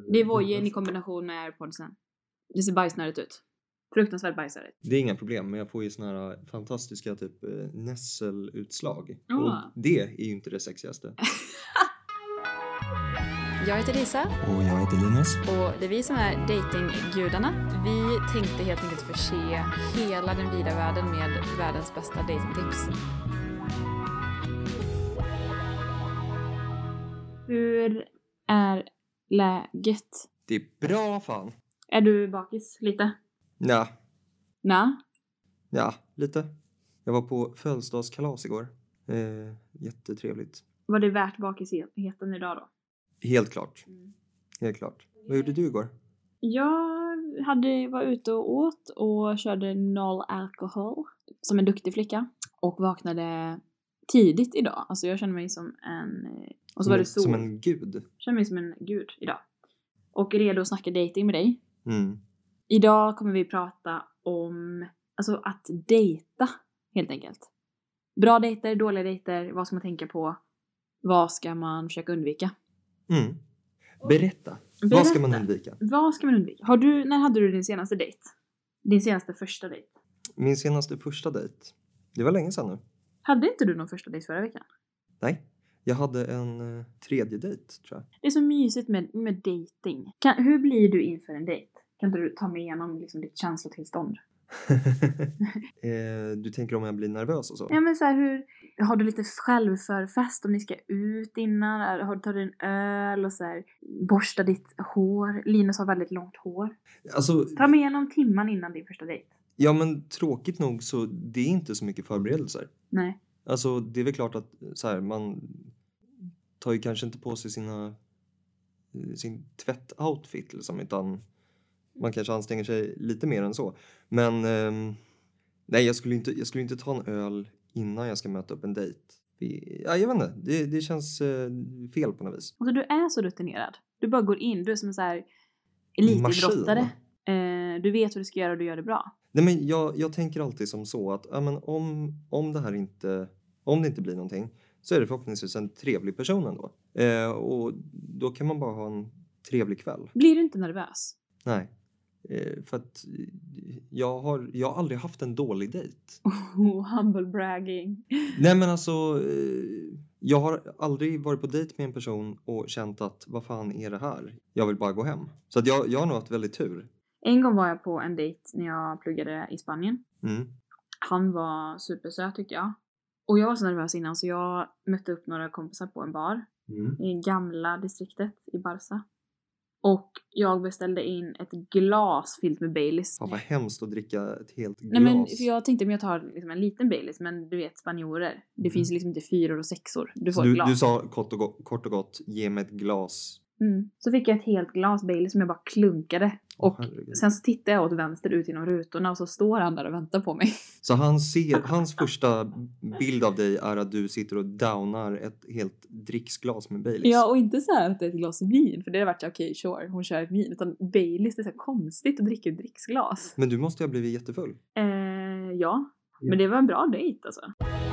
Det är vojen i kombination med AirPodsen. Det ser bajsnödigt ut. Fruktansvärt bajsnödigt. Det är inga problem, men jag får ju såna här fantastiska typ nässelutslag. Ah. Och det är ju inte det sexigaste. Jag heter Lisa. Och jag heter Linus. Och det är vi som är datinggudarna. Vi tänkte helt enkelt förse hela den vida världen med världens bästa datingtips. Hur är läget? Det är bra fan. Är du bakis lite? Ja, lite. Jag var på födelsedagskalas igår. Jättetrevligt. Var det värt bakisheten idag då? Helt klart. Helt klart. Vad gjorde du igår? Jag var ute och åt och körde 0 alkohol som en duktig flicka. Och vaknade tidigt idag. Alltså jag kände mig som en... Och så var det sol. Som en gud. Jag kände mig som en gud idag. Och redo att snacka dating med dig. Mm. Idag kommer vi prata om alltså att dejta helt enkelt. Bra dejter, dåliga dejter. Vad ska man tänka på? Vad ska man försöka undvika? Mm. Berätta. Vad ska man undvika? Vad ska man undvika? När hade du din senaste dejt? Din senaste första dejt? Min senaste första dejt? Det var länge sedan nu. Hade inte du någon första dejt förra veckan? Nej. Jag hade en tredje dejt, tror jag. Det är så mysigt med dating. Hur blir du inför en dejt? Kan du ta mig igenom liksom ditt känslotillstånd? Du tänker om jag blir nervös och så? Ja, men så här, har du lite självförfest om ni ska ut innan? Tar du en öl och så här, borsta ditt hår? Linus har väldigt långt hår. Alltså, ta mig igenom timman innan din första dejt. Ja, men tråkigt nog så det är inte så mycket förberedelser. Nej. Alltså, det är väl klart att så här, man tar ju kanske inte på sig sin tvättoutfit liksom, utan man kanske anstränger sig lite mer än så. Men nej, jag skulle inte ta en öl innan jag ska möta upp en dejt. Ja, jag vet inte. Det känns fel på något vis. Alltså, du är så rutinerad. Du bara går in. Du är som en så här elitidrottare. Du vet vad du ska göra och du gör det bra. Nej, men jag tänker alltid som så att ja, men om det inte blir någonting så är det förhoppningsvis en trevlig person ändå. Och då kan man bara ha en trevlig kväll. Blir du inte nervös? Nej. För att jag har aldrig haft en dålig dejt. Humble bragging. Nej, men alltså jag har aldrig varit på dejt med en person och känt att vad fan är det här? Jag vill bara gå hem. Så att jag har nog haft väldigt tur. En gång var jag på en dejt när jag pluggade i Spanien. Mm. Han var supersöt tyckte jag. Och jag var så nervös innan så jag mötte upp några kompisar på en bar. I gamla distriktet i Barça. Och jag beställde in ett glas fyllt med Baileys. Ja, vad hemskt att dricka ett helt glas. Nej, men för jag tänkte om jag tar liksom en liten Baileys. Men du vet, spanjorer. Det finns liksom inte 4 och 6:or. Du får ett glas. Du sa kort och gott, ge mig ett glas. Så fick jag ett helt glas Baileys som jag bara klunkade. Och sen så tittade jag åt vänster ut genom rutorna och så står han där och väntar på mig. Så hans första bild av dig är att du sitter och downar ett helt dricksglas med Baileys. Ja, och inte så här att det är ett glas vin. För det har varit okej, sure, hon kör ett vin. Utan Baileys, det är så konstigt att dricka ett dricksglas. Men du måste ju ha blivit jättefull. Ja. Men det var en bra dejt alltså.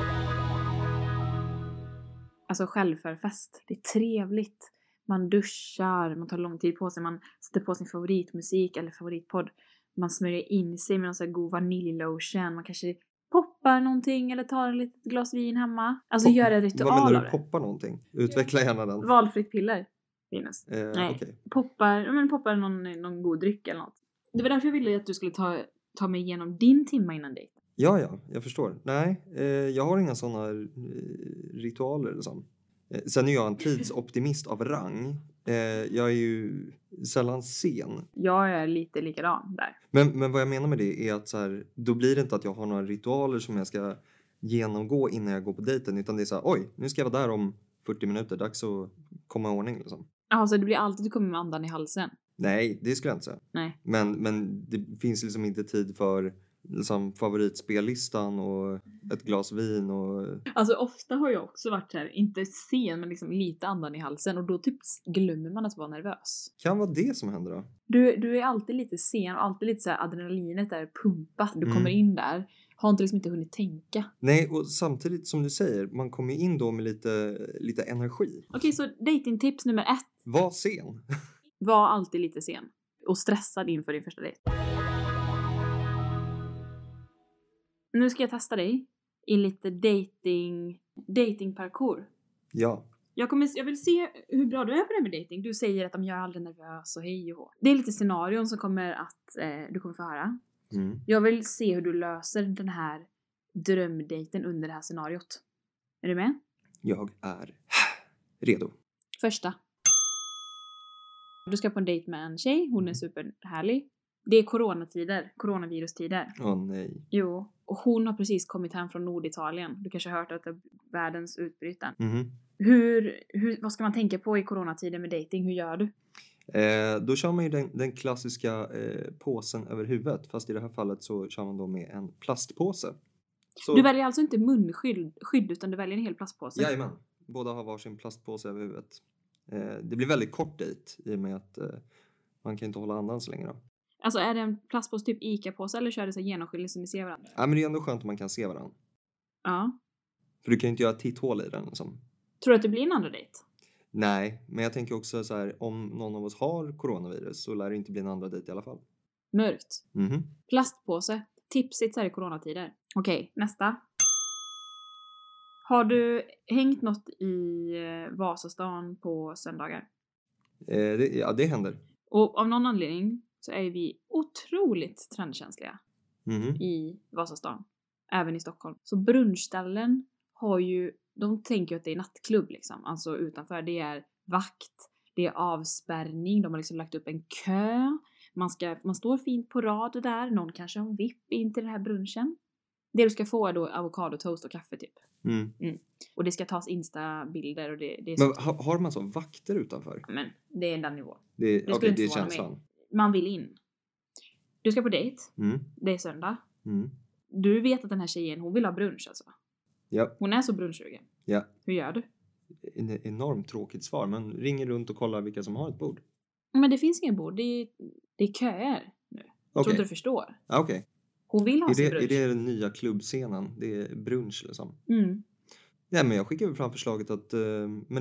Alltså självförfest. Det är trevligt. Man duschar, man tar lång tid på sig, man sätter på sin favoritmusik eller favoritpodd. Man smörjer in sig med någon sån här god vaniljlotion. Man kanske poppar någonting eller tar ett litet glas vin hemma. Alltså gör en ritual av det. Vad menar du, poppar någonting? Utveckla gärna den. Valfritt piller, Linus. Nej, okay. Poppar någon god dryck eller något. Det var därför jag ville att du skulle ta mig igenom din timma innan dejt. Ja, jag förstår. Nej, jag har inga sådana ritualer liksom. Sen är jag en tidsoptimist av rang. Jag är ju sällan sen. Jag är lite likadan där. Men vad jag menar med det är att så här, då blir det inte att jag har några ritualer som jag ska genomgå innan jag går på dejten. Utan det är så här, oj, nu ska jag vara där om 40 minuter. Dags att komma i ordning liksom. Ja, så det blir alltid att du kommer med andan i halsen? Nej, det skulle jag inte säga. Nej. Men det finns liksom inte tid för liksom favoritspellistan och ett glas vin och... Alltså ofta har jag också varit här, inte sen men liksom lite andan i halsen och då typ glömmer man att vara nervös. Kan vara det som händer då? Du är alltid lite sen och alltid lite så här adrenalinet är pumpat. Du kommer in där, har liksom inte hunnit tänka. Nej, och samtidigt som du säger, man kommer in då med lite energi. Okej, så datingtips nummer 1. Var sen. Var alltid lite sen. Och stressad inför din första dejt. Nu ska jag testa dig i lite datingparkour. Ja. Jag vill se hur bra du är på det med dating. Du säger att jag är aldrig nervös och hej och hå. Det är lite scenarion som kommer att du kommer få höra. Mm. Jag vill se hur du löser den här drömdejten under det här scenariot. Är du med? Jag är redo. Första. Du ska på en dejt med en tjej. Hon är superhärlig. Det är coronavirustider. Nej. Jo. Och hon har precis kommit hem från Norditalien. Du kanske har hört att det är världens utbryten. Mhm. Vad ska man tänka på i coronatider med dating? Hur gör du? Då kör man ju den klassiska påsen över huvudet. Fast i det här fallet så kör man då med en plastpåse. Så, Du väljer alltså inte munskydd utan du väljer en hel plastpåse. Jajamän. Båda har varsin plastpåse över huvudet. Det blir väldigt kort dejt i och med att man kan inte hålla andan så länge då. Alltså är det en plastpåse typ Ica-påse eller kör det så genomskinlig så ni ser varandra? Ja, men det är ändå skönt om man kan se varandra. Ja. För du kan ju inte göra ett titthål i den liksom. Tror du att det blir en andra dejt? Nej, men jag tänker också så här, om någon av oss har coronavirus så lär det inte bli en andra dejt i alla fall. Mörkt. Mhm. Plastpåse. Tipsigt så här i coronatider. Okej, nästa. Har du hängt något i Vasastan på söndagar? Det händer. Och av någon anledning så är vi otroligt trendkänsliga Mhm. i Vasastan. Även i Stockholm. Så brunchställen har ju, de tänker ju att det är nattklubb liksom. Alltså utanför. Det är vakt. Det är avspärrning. De har liksom lagt upp en kö. Man står fint på rad där. Någon kanske har en vipp in till den här brunchen. Det du ska få är då avokadotoast och kaffe typ. Mm. Och det ska tas instabilder och det är Men så. har man så vakter utanför? Men det är den nivån. Det skulle okej, inte det är förvåna mig. känslan. Man vill in. Du ska på dejt. Mm. Det är söndag. Mm. Du vet att den här tjejen, hon vill ha brunch alltså. Ja. Hon är så brunchsugen. Ja. Hur gör du? Enormt tråkigt svar. Men ringer runt och kollar vilka som har ett bord. Men det finns ingen bord. Det är köer nu. Jag tror inte du förstår. Okej. Hon vill ha sin brunch. Är det den nya klubbscenen? Det är brunch liksom. Mm. Nej, men jag skickar fram förslaget att men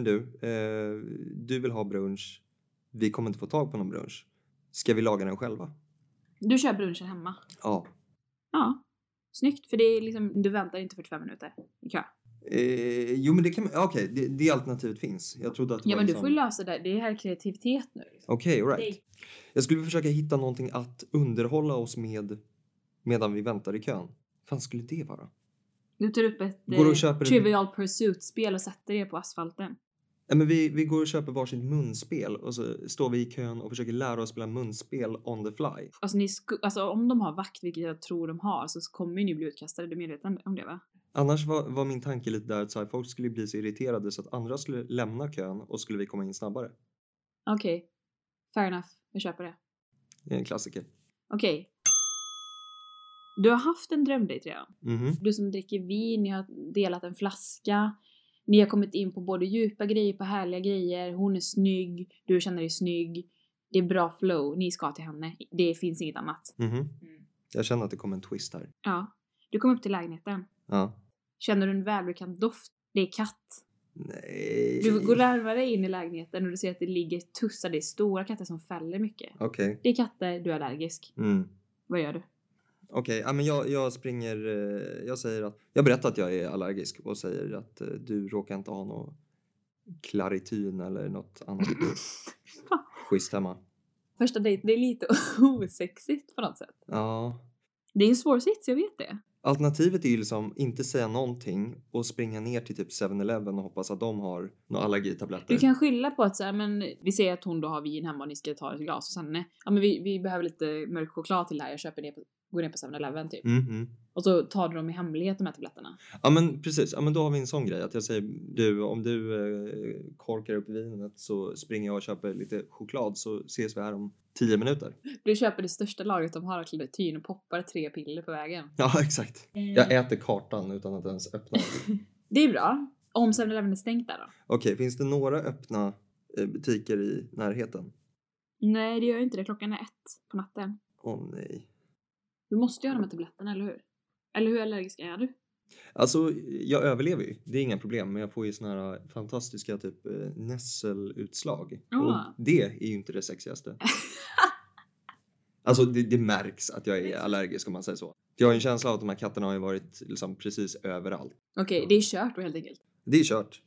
du vill ha brunch. Vi kommer inte få tag på någon brunch. Ska vi laga den själva? Du kör brunchen hemma. Ja. Ja. Snyggt. För det är liksom, du väntar inte 45 minuter i kö. Jo, men det kan man... Okej, det alternativet finns. Jag trodde att det Ja, var men liksom... du får lösa det. Det är här kreativitet nu. Liksom. Okej, all right. Jag skulle försöka hitta någonting att underhålla oss med medan vi väntar i kön. Vad fan skulle det vara? Du tar upp ett Går och köper Trivial Pursuit-spel och sätter det på asfalten. Ja, men vi går och köper varsitt munspel och så står vi i kön och försöker lära oss spela munspel on the fly. Alltså om de har vakt, vilket jag tror de har, så kommer ni bli utkastade. Du är medveten om det, va? Annars var min tanke lite där att så här, folk skulle bli så irriterade så att andra skulle lämna kön och skulle vi komma in snabbare. Okej. Fair enough. Jag köper det. Det är en klassiker. Okej. Du har haft en drömdejt redan. Mhm. Du som dricker vin, ni har delat en flaska. Ni har kommit in på både djupa grejer, på härliga grejer. Hon är snygg, du känner dig snygg. Det är bra flow, ni ska till henne. Det finns inget annat. Mhm. Jag känner att det kommer en twist här. Ja. Du kommer upp till lägenheten. Ja. Känner du en välbekant doft? Det är katt. Nej. Du går närmare in i lägenheten och du ser att det ligger tussar. Det är stora katter som fäller mycket. Okej. Det är katter, du är allergisk. Mm. Vad gör du? Okej, ja, men jag springer, jag säger att, jag berättar att jag är allergisk och säger att du råkar inte ha något Clarityn eller något annat schysst hemma. Första dejt, det är lite osexigt på något sätt. Ja. Det är en svår sits, jag vet det. Alternativet är ju liksom inte säga någonting och springa ner till typ 7-Eleven och hoppas att de har några allergitabletter. Du kan skylla på att så här, men vi säger att hon då har vin hemma och ni ska ta ett glas och sen, ja men vi behöver lite mörk choklad till det här, jag köper det går ner på 7-Eleven typ. Mm-hmm. Och så tar du dem i hemlighet de här tabletterna. Ja men precis, ja men då har vi en sån grej att jag säger du, om du korkar upp vinet så springer jag och köper lite choklad så ses vi här om 10 minuter. Du köper det största lagret de har av Clarityn och poppar 3 piller på vägen. Ja exakt. Jag äter kartan utan att ens öppna den. Det är bra. Om 7-Eleven är stängt där då? Okej, finns det några öppna butiker i närheten? Nej, det gör inte det. Klockan är 1 på natten. Åh nej. Du måste ju ha de här tabletterna, eller hur? Eller hur allergisk är du? Alltså, jag överlever ju. Det är inga problem. Men jag får ju såna här fantastiska typ nässelutslag. Och det är ju inte det sexigaste. Alltså, det märks att jag är allergisk om man säger så. Jag har en känsla av att de här katterna har ju varit liksom precis överallt. Okej, det är kört då helt enkelt. Det är kört.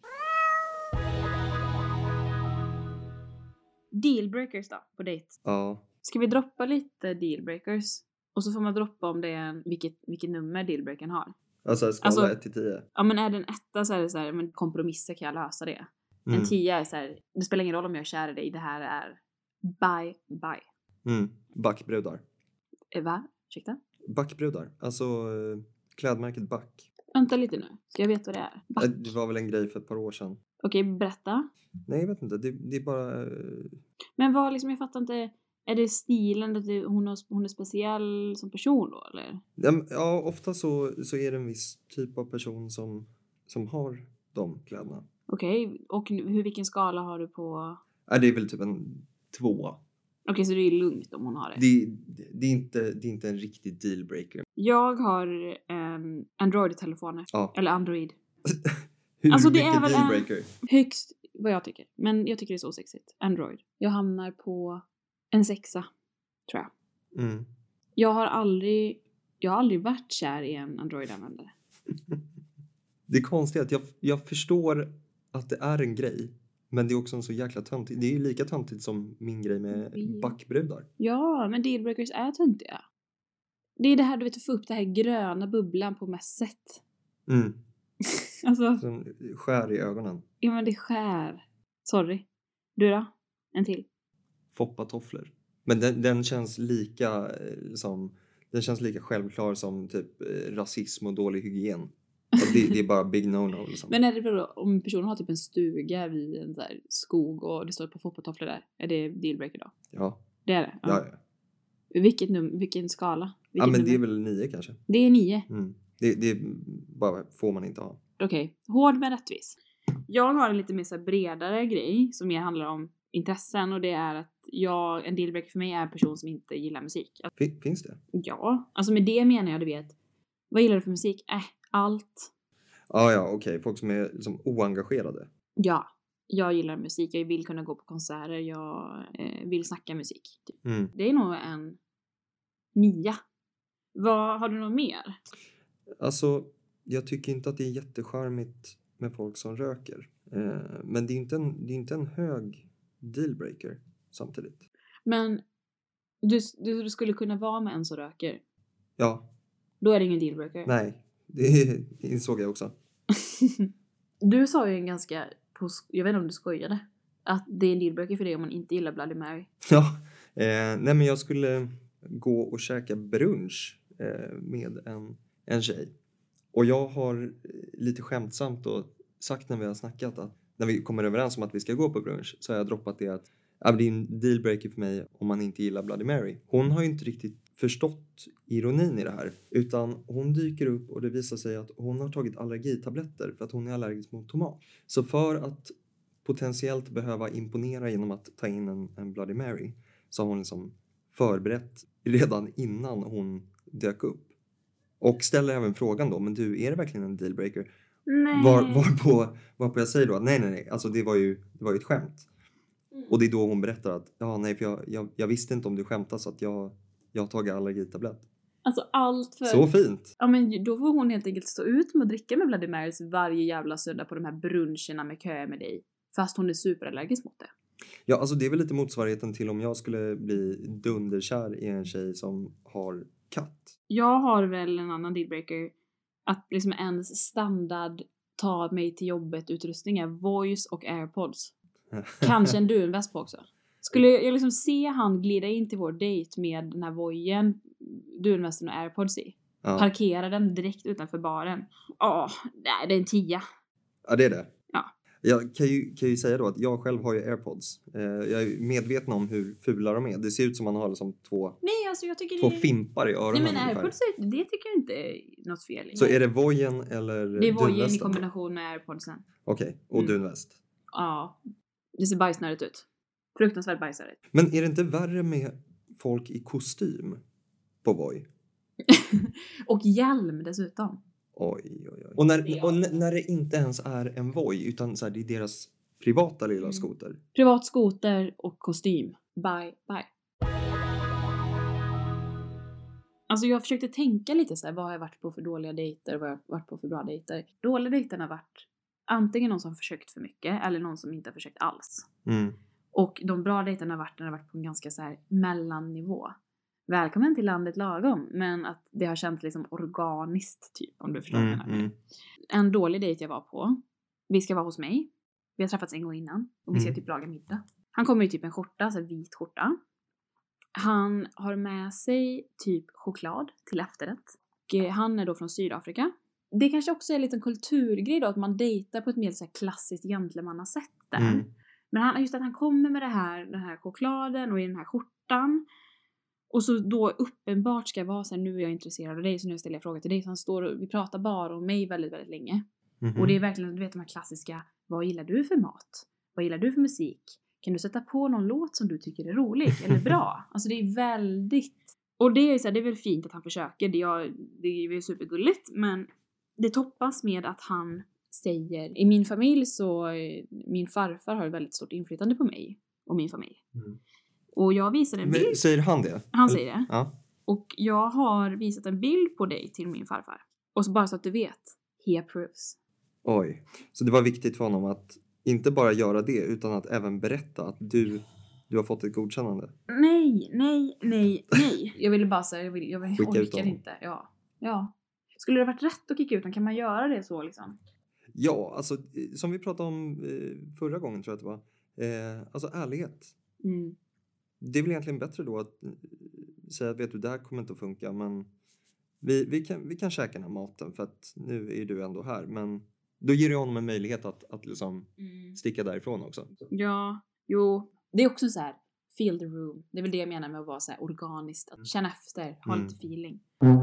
Dealbreakers då, på dejt. Ja. Ska vi droppa lite dealbreakers? Och så får man droppa om det är vilket nummer dealbreakern har. Alltså skala 1-10. Ja, men är det en 1 så är det så här, men kompromisser kan jag lösa det. En 10 är så här, det spelar ingen roll om jag är kär i dig, det här är bye. Backbrudar. Va? Ursäkta? Backbrudar. Alltså klädmärket Back. Vänta lite nu, så jag vet vad det är. Back. Det var väl en grej för ett par år sedan. Okej, berätta. Nej, jag vet inte. Det är bara... Men vad liksom, jag fattar inte. Är det stilen att hon är speciell som person då, eller? Ja, ofta så är det en viss typ av person som har de kläderna. Okej, och vilken skala har du på? Det är väl typ en 2. Okej, så det är lugnt om hon har det. Det är inte en riktig dealbreaker. Jag har Android-telefoner. Ja. Eller Android. Alltså det är väl dealbreaker? Högst vad jag tycker. Men jag tycker det är så sexigt. Android. Jag hamnar på en 6, tror jag. Jag har aldrig varit kär i en Android-användare. Det är konstigt att jag förstår att det är en grej. Men det är också en så jäkla töntigt. Det är ju lika töntigt som min grej med backbrudar. Ja, men dealbreakers är töntiga. Det är det här, du vet, att få upp det här gröna bubblan på mässet. Alltså. Som skär i ögonen. Ja, men det skär. Sorry. Du då? En till. Foppatofflor. Men den känns lika den känns lika självklar som typ rasism och dålig hygien. Det är bara big no-no liksom. Men är det då, om personen har typ en stuga vid en så här skog och det står ett par foppatofflor där, är det dealbreaker då? Ja. Det är det? Ja. Vilken skala? Men nummer? Det är väl 9 kanske. Det är 9? Det bara får man inte ha. Okej. Hård men rättvis. Jag har en lite mer så här bredare grej som mer handlar om intressen, och det är att en dealbreaker för mig är en person som inte gillar musik. Finns det? Ja, alltså med det menar jag, du vet, vad gillar du för musik? Allt. Ja, okej. Folk som är liksom oengagerade. Ja, jag gillar musik. Jag vill kunna gå på konserter. Jag vill snacka musik. Det är nog en 9. Vad har du något mer? Alltså, jag tycker inte att det är jättecharmigt med folk som röker. Men det är inte en hög dealbreaker samtidigt. Men du skulle kunna vara med en som röker? Ja. Då är det ingen dealbreaker? Nej, det insåg jag också. Du sa ju en ganska, jag vet inte om du skojade, att det är en dealbreaker för dig om man inte gillar Bloody Mary. Ja, nej men jag skulle gå och käka brunch med en tjej. Och jag har lite skämtsamt då sagt när vi har snackat att när vi kommer överens om att vi ska gå på brunch, så har jag droppat det att det är en dealbreaker för mig om man inte gillar Bloody Mary. Hon har ju inte riktigt förstått ironin i det här, utan hon dyker upp och det visar sig att hon har tagit allergitabletter för att hon är allergisk mot tomat. Så för att potentiellt behöva imponera genom att ta in en Bloody Mary, så har hon liksom förberett redan innan hon dök upp. Och ställer även frågan då, men du, är det verkligen en dealbreaker? Nej. Varpå jag säger då att nej, alltså det var ju ett skämt. Och det är då hon berättar att för jag visste inte om du skämtade, så att jag har tagit allergitablett. Alltså allt för... Så fint! Ja, men då får hon helt enkelt stå ut med att dricka med Bloody Marys varje jävla söndag på de här bruncherna med köer med dig. Fast hon är superallergisk mot det. Ja, alltså det är väl lite motsvarigheten till om jag skulle bli dunderkär i en tjej som har katt. Jag har väl en annan dealbreaker. Att liksom ens standard ta mig till jobbet utrustning är voice och AirPods. Kanske en dunväst på också. Skulle jag liksom se han glida in till vår dejt med den här vojen, dunvästen och AirPods i. Ja. Parkera den direkt utanför baren. Nej, det är en 10. Ja, det är det. Ja. Jag kan ju säga då att jag själv har ju AirPods. Jag är medveten om hur fula de är. Det ser ut som man har liksom två fimpar i öronen. Nej, men AirPods, det tycker jag inte är något fel i. Så är det vojen eller dunvästen? Det är vojen i kombination med AirPodsen. Okej, och dunväst? Ja, det ser bajsnödigt ut. Fruktansvärt bajsnödigt. Men är det inte värre med folk i kostym på Voi? Och hjälm dessutom. Oj. Och när det inte ens är en Voi, utan så här, det är deras privata lilla skoter. Privat skoter och kostym. Bye. Alltså jag försökte tänka lite så här, vad har jag varit på för dåliga dejter och vad har jag varit på för bra dejter. Dåliga dejterna har varit antingen någon som försökt för mycket eller någon som inte har försökt alls. Och de bra dejterna har varit när det har varit på en ganska så här mellannivå. Välkommen till landet lagom, men att det har känts liksom organiskt typ, om du förstår vad jag menar. En dålig dejt jag var på, vi ska vara hos mig. Vi har träffats en gång innan och vi ska typ laga middag. Han kommer i typ en skjorta, så här vit skjorta. Han har med sig typ choklad till efterrätt. Och han är då från Sydafrika. Det kanske också är en liten kulturgrej då, att man dejtar på ett mer så här klassiskt gentlemannasätt där. Men just att han kommer med den här chokladen och i den här skjortan. Och så då uppenbart ska jag vara så här, nu är jag intresserad av dig, så nu ställer jag frågor till dig. Så han står och vi pratar bara om mig väldigt, väldigt länge. Och det är verkligen, du vet, de här klassiska, vad gillar du för mat? Vad gillar du för musik? Kan du sätta på någon låt som du tycker är rolig eller bra? Alltså det är väldigt... Och det är så här, det är väl fint att han försöker. Det är väl supergulligt. Men det toppas med att han säger... I min familj så... Min farfar har ett väldigt stort inflytande på mig och min familj. Och jag visar en bild... Men, säger han det? Han säger det. Ja. Och jag har visat en bild på dig till min farfar. Och så bara så att du vet. He approves. Oj. Så det var viktigt för honom att inte bara göra det, utan att även berätta att du har fått ett godkännande. Nej. Jag ville bara säga, jag orkar inte. Ja. Skulle det varit rätt att kicka ut den? Kan man göra det så liksom? Ja, alltså som vi pratade om förra gången tror jag att det var. Alltså ärlighet. Det är väl egentligen bättre då att säga att vet du, det här kommer inte att funka, men vi kan käka den här maten för att nu är du ändå här, men då ger jag honom en möjlighet att liksom sticka därifrån också. Ja, jo, det är också så här feel the room. Det är väl det jag menar med att vara så här organiskt, att känna efter, ha lite feeling.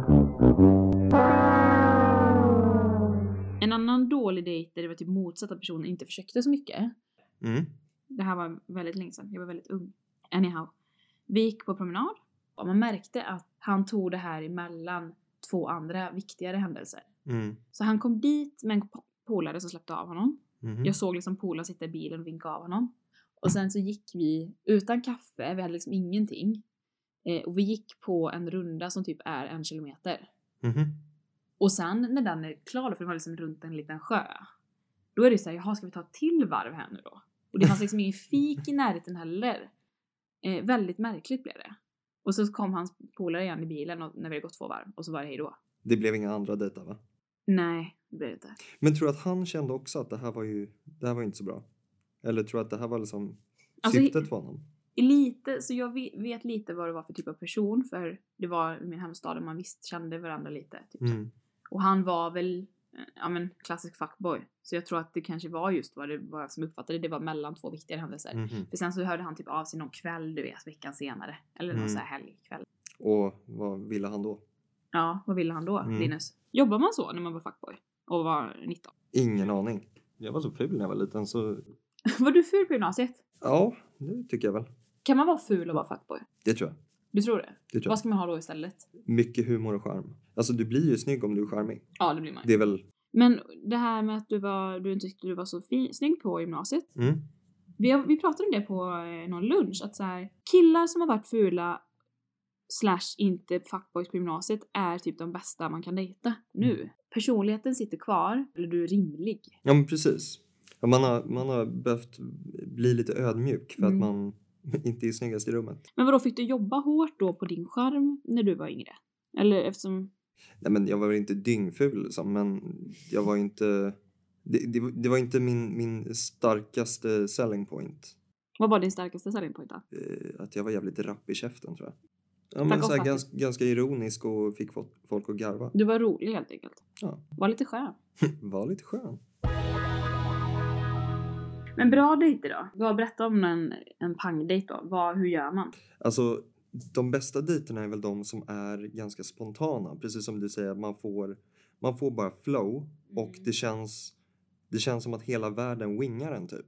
En annan dålig dejt där det var typ motsatt att personen inte försökte så mycket. Det här var väldigt länge sedan, jag var väldigt ung. Anyhow, vi gick på promenad och man märkte att han tog det här emellan 2 andra viktigare händelser. Så han kom dit med en polare som släppte av honom. Jag såg liksom polaren sitta i bilen och vinka av honom. Och sen så gick vi utan kaffe, vi hade liksom ingenting. Och vi gick på en runda som typ är 1 kilometer. Och sen när den är klar, för det var liksom runt en liten sjö. Då är det så här, jaha, ska vi ta ett till varv här nu då? Och det fanns liksom ingen fik i närheten heller. Väldigt märkligt blev det. Och så kom hans polare igen i bilen och när vi hade gått 2 varv. Och så var det hej då. Det blev inga andra dejter, va? Nej, det blev det inte. Men tror du att han kände också att det här var inte så bra? Eller tror du att det här var liksom alltså, syftet för honom? Lite, så jag vet lite vad det var för typ av person. För det var i min hemstad där man visst kände varandra lite. Typ. Och han var väl, klassisk fuckboy. Så jag tror att det kanske var just vad jag som uppfattade det var mellan 2 viktiga händelser. För sen så hörde han typ av sig någon kväll, du vet, veckan senare. Eller någon så här helgkväll. Och vad ville han då? Ja, vad ville han då, Linus? Jobbar man så när man var fuckboy? Och var 19? Ingen aning. Jag var så ful när jag var liten så... Var du ful på gymnasiet? Ja, det tycker jag väl. Kan man vara ful och vara fuckboy? Det tror jag. Du tror det? Det tror jag. Vad ska man ha då istället? Mycket humor och charm. Alltså du blir ju snygg om du är charmig. Ja, det blir man. Det är väl... Men det här med att du inte tyckte du var så snygg på gymnasiet. Vi pratade om det på någon lunch. Att så här, killar som har varit fula / inte fuckboys på gymnasiet är typ de bästa man kan dejta nu. Personligheten sitter kvar. Eller du är rimlig. Ja, men precis. Ja, man har behövt bli lite ödmjuk för att man inte är snyggast i rummet. Men vadå, fick du jobba hårt då på din charm när du var yngre? Eller eftersom... Nej, men jag var väl inte dyngful liksom, men jag var inte... Det var inte min starkaste selling point. Vad var din starkaste selling point då? Att jag var jävligt rapp i käften, tror jag. Ja, men så här, ganska ironisk och fick folk att garva. Du var rolig helt enkelt. Ja. Var lite skön. Var lite skön. Men bra dejter då? Berätta om en pangdejt då. Hur gör man? Alltså, de bästa dejterna är väl de som är ganska spontana. Precis som du säger, man får bara flow. Och det känns som att hela världen wingar en typ.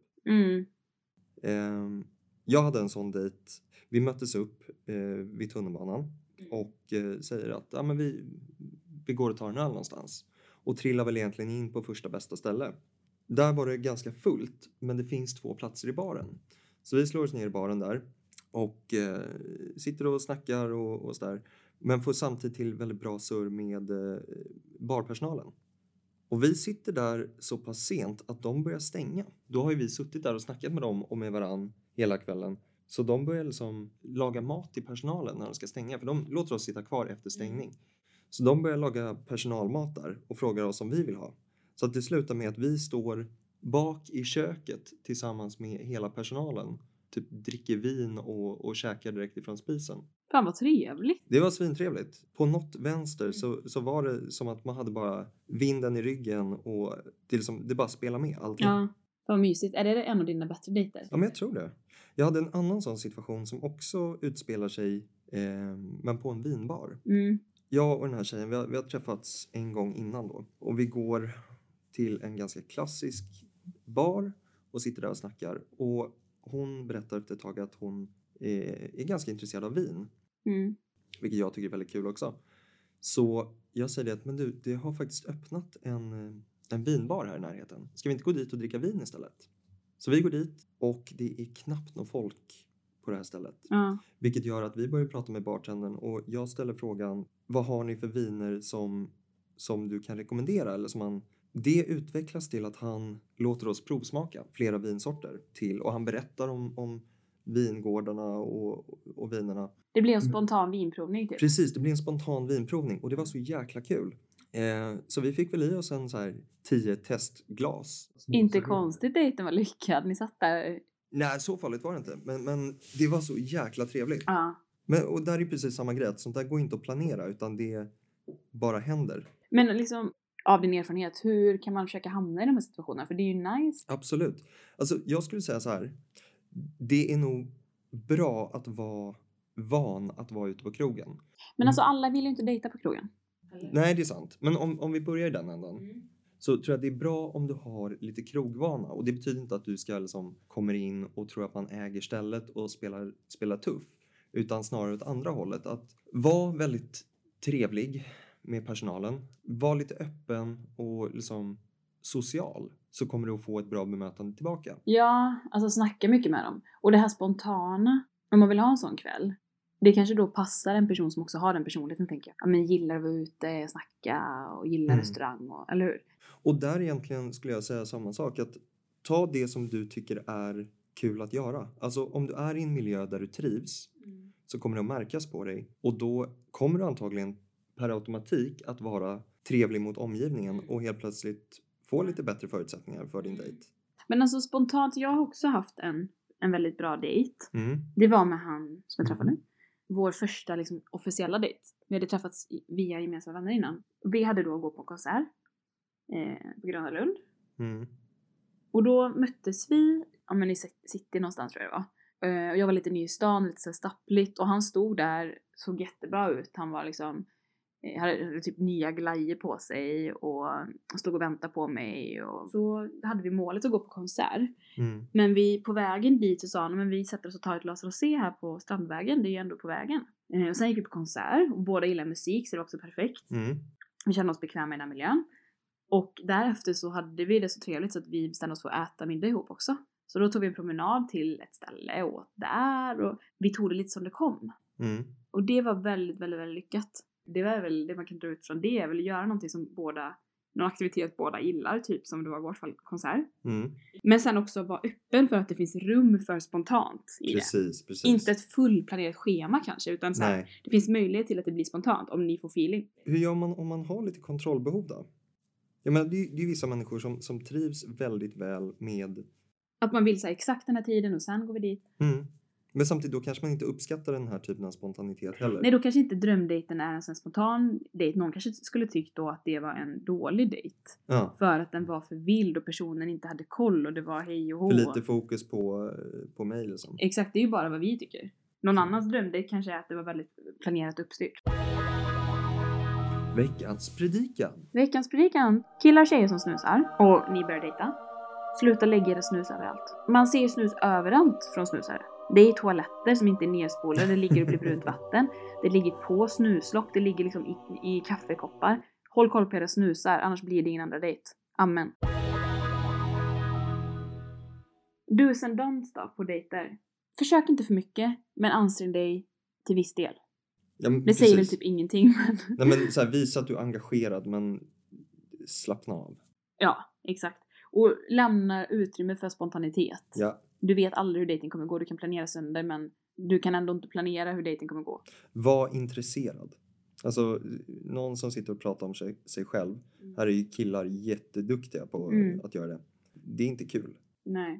Jag hade en sån dejt. Vi möttes upp vid tunnelbanan. Och säger att men vi går och tar en öl någonstans. och trillar väl egentligen in på första bästa ställe. Där var det ganska fullt, men det finns 2 platser i baren. Så vi slår oss ner i baren där och sitter och snackar och sådär. Men får samtidigt till väldigt bra surr med barpersonalen. Och vi sitter där så pass sent att de börjar stänga. Då har ju vi suttit där och snackat med dem och med varann hela kvällen. Så de börjar liksom laga mat till personalen när de ska stänga. För de låter oss sitta kvar efter stängning. Så de börjar laga personalmat där och frågar oss om vi vill ha. Så att det slutar med att vi står bak i köket tillsammans med hela personalen. Typ dricker vin och käkar direkt ifrån spisen. Fan vad trevligt. Det var svintrevligt. På något vänster så var det som att man hade bara vinden i ryggen och det bara spelar med allting. Ja, vad mysigt. Är det en av dina bättre dejter? Ja, men jag tror det. Jag hade en annan sån situation som också utspelar sig men på en vinbar. Mm. Jag och den här tjejen, vi har träffats en gång innan då. Och vi går till en ganska klassisk bar och sitter där och snackar. Och hon berättar efter ett tag att hon är ganska intresserad av vin. Mm. Vilket jag tycker är väldigt kul också. Så jag säger att men du, det har faktiskt öppnat en vinbar här i närheten. Ska vi inte gå dit och dricka vin istället? Så vi går dit och det är knappt någon folk på det här stället. Ja. Vilket gör att vi börjar prata med bartendern och jag ställer frågan, vad har ni för viner som du kan rekommendera? Eller som det utvecklas till att han låter oss provsmaka flera vinsorter till. Och han berättar om vingårdarna och vinerna. Det blir en spontan vinprovning typ. Precis, det blir en spontan vinprovning. Och det var så jäkla kul. Så vi fick väl i oss en så här 10 testglas. Inte konstigt dejten var lyckad. Ni satt där. Nej, så farligt var det inte. Men det var så jäkla trevligt. Ja. Och där är precis samma grej. Sånt där går inte att planera utan det bara händer. Men liksom av din erfarenhet, hur kan man försöka hamna i de här situationerna? För det är ju nice. Absolut. Alltså jag skulle säga så här. Det är nog bra att vara van att vara ute på krogen. Men alltså alla vill ju inte dejta på krogen. Nej, det är sant. Men om vi börjar i den ändan. Så tror jag att det är bra om du har lite krogvana. Och det betyder inte att du ska liksom kommer in och tror att man äger stället och spelar tuff. Utan snarare åt andra hållet. Att vara väldigt trevlig med personalen. Var lite öppen och liksom social. Så kommer du att få ett bra bemötande tillbaka. Ja, alltså snacka mycket med dem. Och det här spontana, om man vill ha en sån kväll. Det kanske då passar en person som också har den personligheten, tänker jag. Ja, men gillar att vara ute, snacka och gillar restaurang, eller hur? Och där egentligen skulle jag säga samma sak. Att ta det som du tycker är kul att göra. Alltså om du är i en miljö där du trivs så kommer det att märkas på dig. Och då kommer du antagligen per automatik att vara trevlig mot omgivningen och helt plötsligt få lite bättre förutsättningar för din dejt. Men alltså spontant, jag har också haft en väldigt bra dejt. Det var med han som jag träffade nu. Vår första liksom officiella dejt. Vi hade träffats via gemensamma vänner innan. Vi hade då gått på konsert på Gröna Lund. Och då möttes vi i city någonstans tror jag det var. Och jag var lite ny i stan, lite så stappligt. Och han stod där, såg jättebra ut. Han var liksom, hade typ nya glajjor på sig och stod och väntade på mig. Och så hade vi målet att gå på konsert. Men vi på vägen dit så sa han, men vi sätter oss och tar ett glas rosé här på Strandvägen. Det är ju ändå på vägen. Och sen gick vi på konsert och båda gillar musik så det var också perfekt. Vi kände oss bekväma i den här miljön. Och därefter så hade vi det så trevligt så att vi bestämde oss för att äta middag ihop också. Så då tog vi en promenad till ett ställe och åt där. Och vi tog det lite som det kom. Och det var väldigt, väldigt, väldigt lyckat. Det var väl det man kan dra ut från det. Är väl att göra någonting som någon aktivitet båda gillar. Typ som det var i vårt fall konsert. Men sen också vara öppen för att det finns rum för spontant i precis. Inte ett fullplanerat schema kanske. Utan så här, det finns möjlighet till att det blir spontant om ni får feeling. Hur gör man om man har lite kontrollbehov då? Jag menar, det är vissa människor som trivs väldigt väl med... Att man vill säga exakt den här tiden och sen går vi dit. Men samtidigt då kanske man inte uppskattar den här typen av spontanitet heller. Nej, då kanske inte drömdejten är en sån spontan dejt. Någon kanske skulle tyckt då att det var en dålig dejt. Ja. För att den var för vild och personen inte hade koll och det var hej och hå. För lite fokus på mig liksom. Exakt, det är ju bara vad vi tycker. Någon annans drömdejt kanske är att det var väldigt planerat och uppstyrt. Veckans predikan. Veckans predikan. Killar och tjejer som snusar och ni börjar dejta. Sluta lägga era snus överallt. Man ser snus överallt från snusare. Det är toaletter som inte är nedspolade. Det ligger och blir brunt vatten. Det ligger på snuslock. Det ligger liksom i kaffekoppar. Håll koll på era snusar, annars blir det ingen andra dejt. Amen. Do's and don'ts då på dejter. Försök inte för mycket, men ansträng dig till viss del. Ja, men Det säger väl precis. typ ingenting. Men... Nej, men så här, visa att du är engagerad, men slappna av. Ja, exakt. Och lämna utrymme för spontanitet. Ja. Du vet aldrig hur dejting kommer gå. Du kan planera sönder, men du kan ändå inte planera hur dejting kommer gå. Var intresserad. Alltså, någon som sitter och pratar om sig själv. Här är ju killar jätteduktiga på att göra det. Det är inte kul. Nej.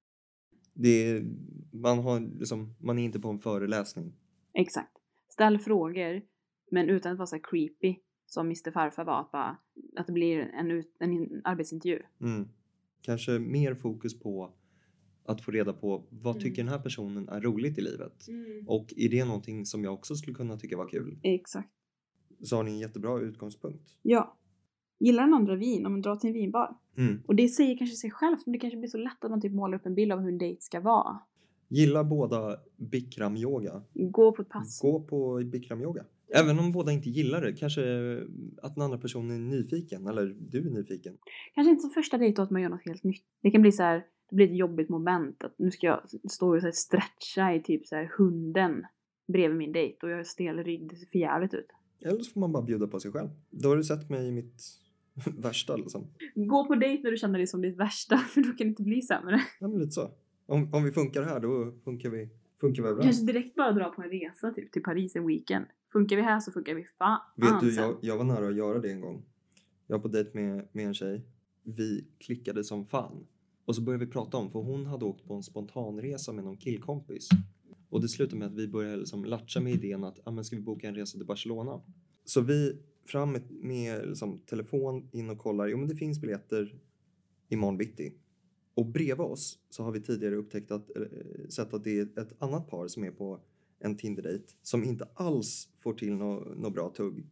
Man är inte på en föreläsning. Exakt. Ställ frågor, men utan att vara så här creepy. Som Mr. Farfar var. Att det blir en arbetsintervju. Kanske mer fokus på att få reda på vad tycker den här personen är roligt i livet. Och är det någonting som jag också skulle kunna tycka var kul? Exakt. Så har ni en jättebra utgångspunkt. Ja. Gillar den andra vin om man drar till en vinbar. Och det säger kanske sig självt, men det kanske blir så lätt att man typ målar upp en bild av hur en dejt ska vara. Gillar båda Bikram-yoga? Gå på ett pass. Gå på Bikram-yoga. Även om båda inte gillar det. Kanske att den andra personen är nyfiken. Eller du är nyfiken. Kanske inte som första dejt då att man gör något helt nytt. Det kan bli så här, det blir ett jobbigt moment. Att nu ska jag stå och så här stretcha i typ så här hunden bredvid min dejt. Och jag är stel rygg. Det ser för jävligt ut. Eller så får man bara bjuda på sig själv. Då har du sett mig i mitt värsta liksom. Gå på dejt när du känner dig som ditt värsta. För då kan det inte bli sämre. Ja, men lite så. Om vi funkar här, då funkar vi överallt. Kanske direkt bara dra på en resa typ till Paris en weekend. Funkar vi här så funkar vi fan. Vet du, jag var nära att göra det en gång. Jag var på dejt med en tjej. Vi klickade som fan. Och så började vi prata om, för hon hade åkt på en spontanresa med någon killkompis. Och det slutade med att vi började liksom latcha med idén att men ska vi boka en resa till Barcelona. Så vi fram med liksom, telefon in och kollar. Jo, men det finns biljetter imorgon bitti. Och bredvid oss så har vi tidigare sett att det är ett annat par som är på en Tinder-dejt. Som inte alls får till något bra tugg.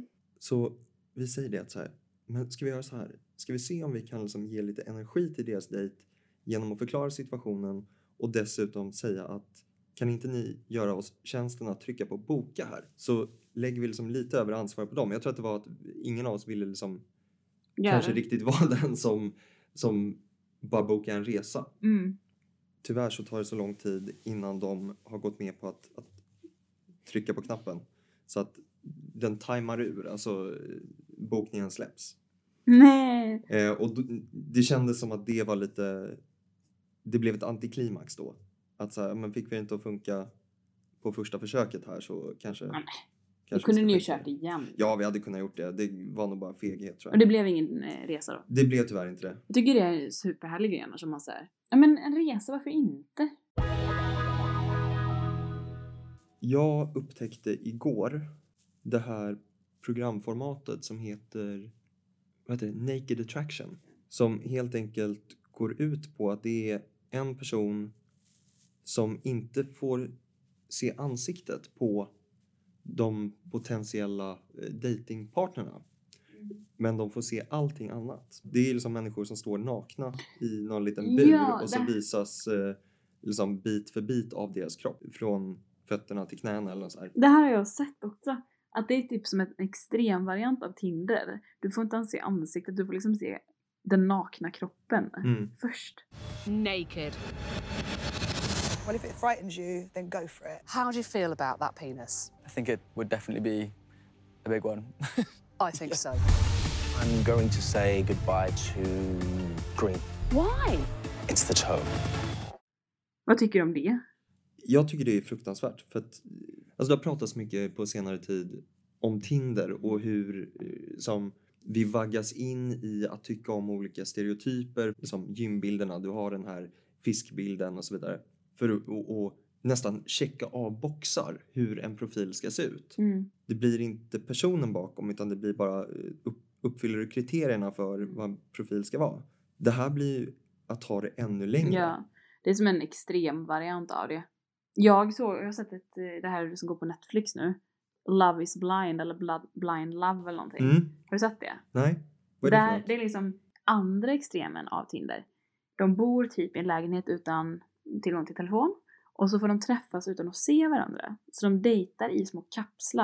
Så vi säger det att så här. Men ska vi göra så här? Ska vi se om vi kan liksom ge lite energi till deras dejt. Genom att förklara situationen. Och dessutom säga att kan inte ni göra oss tjänsten att trycka på boka här? Så lägger vi liksom lite över ansvar på dem. Jag tror att det var att ingen av oss ville liksom kanske riktigt vara den som bara boka en resa. Tyvärr så tar det så lång tid innan de har gått med på att trycka på knappen. Så att den timar ur, alltså bokningen släpps. Nej. Och det kändes som att det var det blev ett antiklimax då. Att så här, men fick vi inte att funka på första försöket här så kanske Då kunde ni ju kört igen. Ja, vi hade kunnat gjort det. Det var nog bara feghet, tror jag. Och det blev ingen resa då? Det blev tyvärr inte det. Jag tycker det är en superhärlig grej annars som man säger. Ja, men en resa, varför inte? Jag upptäckte igår det här programformatet som heter Naked Attraction. Som helt enkelt går ut på att det är en person som inte får se ansiktet på de potentiella datingpartnerna. Men de får se allting annat. Det är liksom människor som står nakna i någon liten bur och så visas liksom bit för bit av deras kropp. Från fötterna till knäna eller så här. Det här har jag sett också. Att det är typ som en extrem variant av Tinder. Du får inte ens se ansiktet, du får liksom se den nakna kroppen först. Naked. Well, if it frightens you, then go for it. How do you feel about that penis? I think it would definitely be a big one. I think so. I'm going to say goodbye to green. Why? It's the toe. Vad tycker du om det? Jag tycker det är fruktansvärt. För att alltså, det har pratats mycket på senare tid om Tinder och hur som vi vaggas in i att tycka om olika stereotyper. Som gymbilderna, du har den här fiskbilden och så vidare. För att nästan checka av boxar hur en profil ska se ut. Det blir inte personen bakom utan det blir bara uppfyller du kriterierna för vad en profil ska vara. Det här blir att ta det ännu längre. Ja, det är som en extrem variant av det. Jag har sett det här som går på Netflix nu. Love is blind eller blind love eller någonting. Har du sett det? Nej. Vad är det för något? Det är liksom andra extremen av Tinder. De bor typ i en lägenhet utan tillgång till telefon. Och så får de träffas utan att se varandra. Så de dejtar i små kapslar.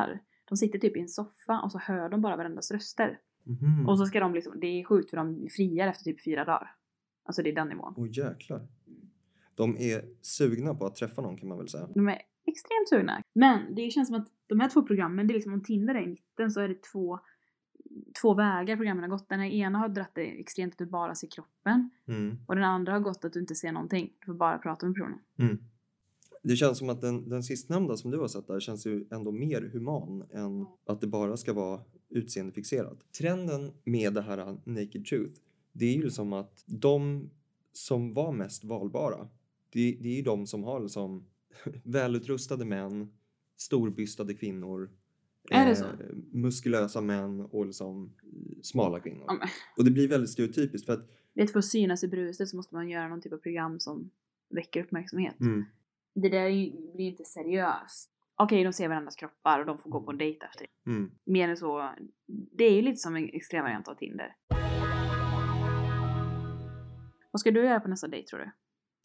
De sitter typ i en soffa och så hör de bara varandras röster. Mhm. Och så ska de liksom, det är sjukt för de friar efter typ 4 dagar. Alltså det är den nivån. Åh jäklar. De är sugna på att träffa någon kan man väl säga. De är extremt sugna. Men det känns som att de här 2 programmen, det är liksom om Tinder är i mitten så är det två vägar programmen har gått. Den här ena har dratt det extremt att du bara ser kroppen. Mm. Och den andra har gått att du inte ser någonting. Du får bara prata med personen. Mm. Det känns som att den sistnämnda som du har sett där känns ju ändå mer human än att det bara ska vara utseendefixerat. Trenden med det här Naked Truth, det är ju som att de som var mest valbara, det är ju de som har liksom välutrustade män, storbystade kvinnor, Är det så? muskulösa män och liksom smala kvinnor. Ja, men. Och det blir väldigt stereotypiskt för att Vet, för att synas i bruset så måste man göra någon typ av program som väcker uppmärksamhet. mm, Det där blir inte seriöst. Okej, de ser varandras kroppar och de får gå på en dejt efter det. mm. Mer än så, det är ju lite som en extrem variant av Tinder. Vad ska du göra på nästa dejt tror du?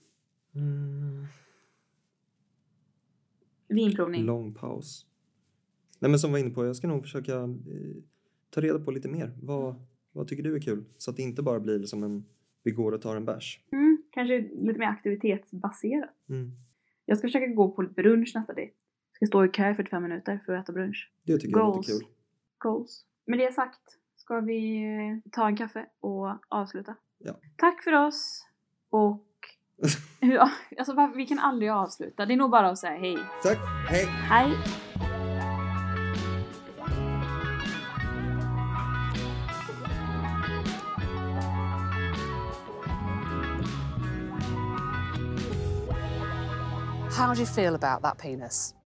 Vinprovning. Lång paus. Nej men som var inne på, jag ska nog försöka ta reda på lite mer. Vad tycker du är kul? Så att det inte bara blir som en vi går och tar en bärs. Kanske lite mer aktivitetsbaserat. Mm. Jag ska försöka gå på brunch nästa dejt. Jag ska stå i kö i 45 minuter för att äta brunch. Det tycker jag Goals. låter kul. Goals. Med det sagt ska vi ta en kaffe och avsluta. Ja. Tack för oss. Och ja, alltså, vi kan aldrig avsluta. Det är nog bara att säga hej. Tack, hej! Hej! How do you feel about that penis?